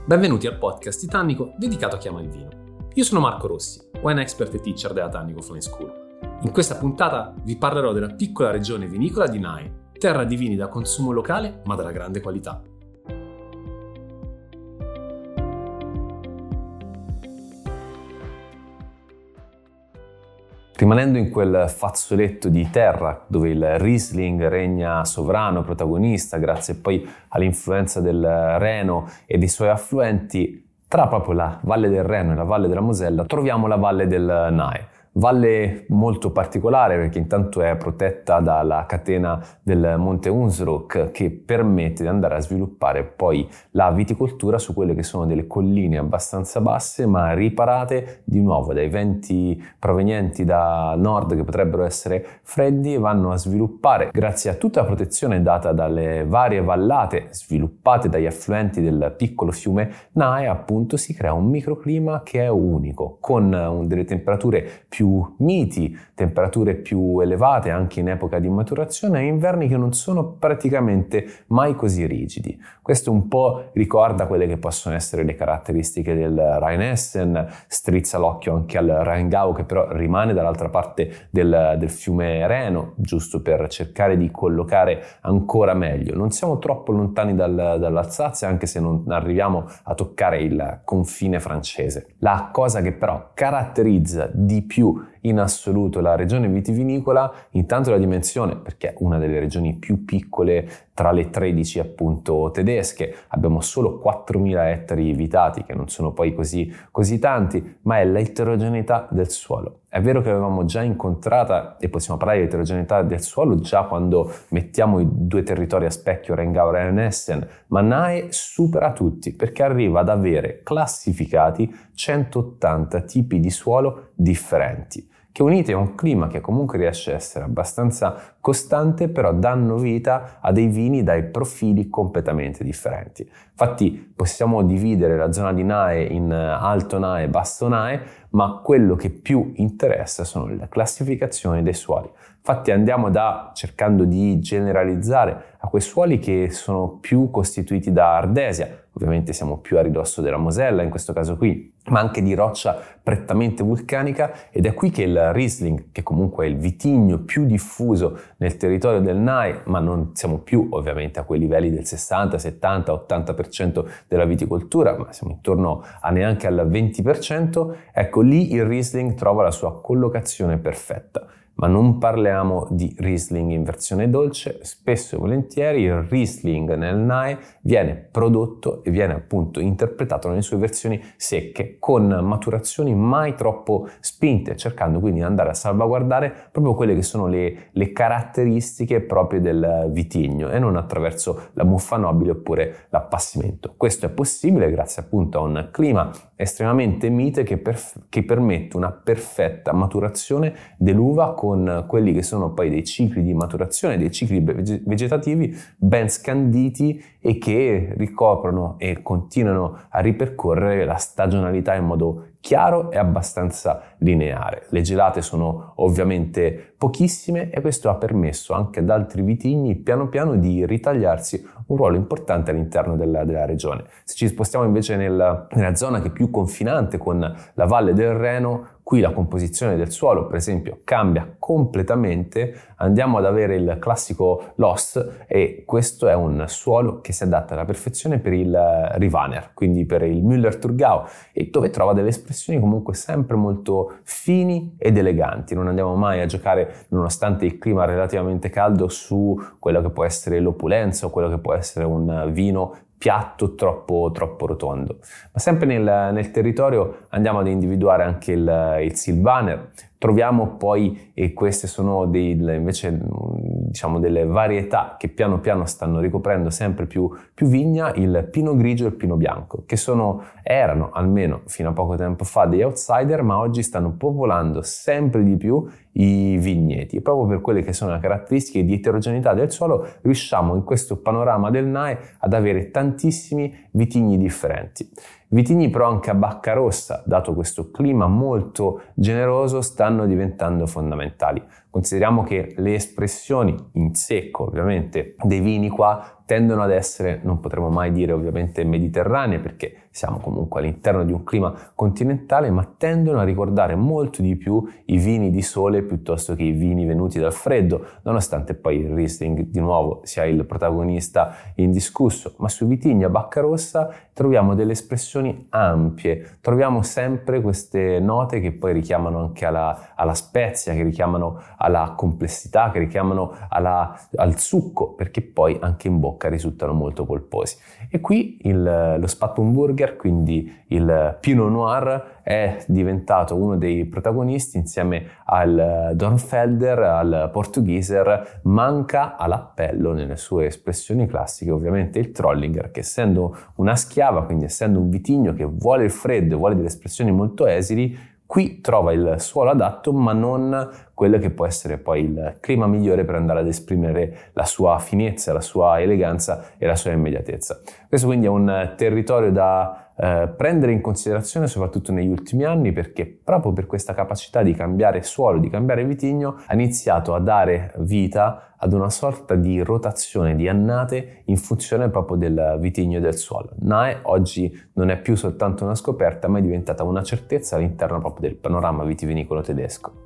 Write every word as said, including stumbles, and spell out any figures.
Benvenuti al podcast di Tannico dedicato a chi ama il vino. Io sono Marco Rossi, wine expert e teacher della Tannico Flying School. In questa puntata vi parlerò della piccola regione vinicola di Nahe, terra di vini da consumo locale ma dalla grande qualità. Rimanendo in quel fazzoletto di terra dove il Riesling regna sovrano, protagonista, grazie poi all'influenza del Reno e dei suoi affluenti, tra proprio la Valle del Reno e la Valle della Mosella troviamo la Valle del Nahe. Valle molto particolare perché intanto è protetta dalla catena del Monte Unsrok che permette di andare a sviluppare poi la viticoltura su quelle che sono delle colline abbastanza basse ma riparate di nuovo dai venti provenienti da nord che potrebbero essere freddi e vanno a sviluppare grazie a tutta la protezione data dalle varie vallate sviluppate dagli affluenti del piccolo fiume Nahe. Appunto si crea un microclima che è unico con delle temperature più più miti, temperature più elevate anche in epoca di maturazione e inverni che non sono praticamente mai così rigidi. Questo un po' ricorda quelle che possono essere le caratteristiche del Rheinessen, strizza l'occhio anche al Rheingau che però rimane dall'altra parte del, del fiume Reno, giusto per cercare di collocare ancora meglio. Non siamo troppo lontani dal, dall'Alsazia anche se non arriviamo a toccare il confine francese. La cosa che però caratterizza di più in assoluto la regione vitivinicola, intanto la dimensione, perché è una delle regioni più piccole tra le tredici appunto tedesche, abbiamo solo quattromila ettari vitati che non sono poi così, così tanti, ma è l'eterogeneità del suolo. È vero che l'avevamo già incontrata e possiamo parlare di eterogeneità del suolo già quando mettiamo i due territori a specchio, Rheingau e Rheinessen, ma Nahe supera tutti perché arriva ad avere classificati centottanta tipi di suolo differenti, che uniti a un clima che comunque riesce a essere abbastanza costante, però danno vita a dei vini dai profili completamente differenti. Infatti possiamo dividere la zona di Nahe in Alto Nahe e Basso Nahe, ma quello che più interessa sono le classificazioni dei suoli. Infatti andiamo da, cercando di generalizzare, a quei suoli che sono più costituiti da ardesia, ovviamente siamo più a ridosso della Mosella in questo caso qui, ma anche di roccia prettamente vulcanica, ed è qui che il Riesling, che comunque è il vitigno più diffuso nel territorio del Nahe, ma non siamo più ovviamente a quei livelli del sessanta, settanta, ottanta per cento della viticoltura, ma siamo intorno a neanche al venti per cento, ecco lì il Riesling trova la sua collocazione perfetta. Ma non parliamo di Riesling in versione dolce, spesso e volentieri il Riesling nel Nahe viene prodotto e viene appunto interpretato nelle sue versioni secche con maturazioni mai troppo spinte, cercando quindi di andare a salvaguardare proprio quelle che sono le, le caratteristiche proprie del vitigno e non attraverso la muffa nobile oppure l'appassimento. Questo è possibile grazie appunto a un clima estremamente mite che, perf- che permette una perfetta maturazione dell'uva con quelli che sono poi dei cicli di maturazione, dei cicli vegetativi ben scanditi e che ricoprono e continuano a ripercorrere la stagionalità in modo chiaro e abbastanza lineare. Le gelate sono ovviamente pochissime e questo ha permesso anche ad altri vitigni piano piano di ritagliarsi un ruolo importante all'interno della, della regione. Se ci spostiamo invece nel, nella zona che è più confinante con la Valle del Reno, qui la composizione del suolo, per esempio, cambia completamente, andiamo ad avere il classico loess e questo è un suolo che si adatta alla perfezione per il Rivaner, quindi per il Müller-Thurgau, e dove trova delle espressioni comunque sempre molto fini ed eleganti. Non andiamo mai a giocare, nonostante il clima relativamente caldo, su quello che può essere l'opulenza o quello che può essere un vino piatto troppo, troppo rotondo. Ma sempre nel, nel territorio andiamo ad individuare anche il, il Sylvaner. Troviamo poi, e queste sono dei, invece diciamo delle varietà che piano piano stanno ricoprendo sempre più, più vigna, il Pinot Grigio e il Pinot Bianco, che sono, erano almeno fino a poco tempo fa degli outsider, ma oggi stanno popolando sempre di più i vigneti. E proprio per quelle che sono le caratteristiche di eterogeneità del suolo riusciamo in questo panorama del Nahe ad avere tantissimi vitigni differenti. Vitigni però anche a bacca rossa, dato questo clima molto generoso, stanno diventando fondamentali. Consideriamo che le espressioni in secco, ovviamente, dei vini qua tendono ad essere, non potremo mai dire ovviamente mediterranee perché siamo comunque all'interno di un clima continentale, ma tendono a ricordare molto di più i vini di sole piuttosto che i vini venuti dal freddo, nonostante poi il Riesling di nuovo sia il protagonista indiscusso. Ma sui vitigni a bacca rossa troviamo delle espressioni ampie, troviamo sempre queste note che poi richiamano anche alla, alla spezia, che richiamano alla complessità, che richiamano alla, al succo, perché poi anche in bocca risultano molto polposi. E qui il, lo Spatzenburger, quindi il Pinot Noir, è diventato uno dei protagonisti insieme al Dornfelder, al Portugieser. Manca all'appello nelle sue espressioni classiche ovviamente il Trollinger, che essendo una schiava, quindi essendo un vitigno che vuole il freddo e vuole delle espressioni molto esili, qui trova il suolo adatto, ma non quello che può essere poi il clima migliore per andare ad esprimere la sua finezza, la sua eleganza e la sua immediatezza. Questo quindi è un territorio da eh, prendere in considerazione soprattutto negli ultimi anni, perché proprio per questa capacità di cambiare suolo, di cambiare vitigno, ha iniziato a dare vita ad una sorta di rotazione di annate in funzione proprio del vitigno e del suolo. N A E oggi non è più soltanto una scoperta, ma è diventata una certezza all'interno proprio del panorama vitivinicolo tedesco.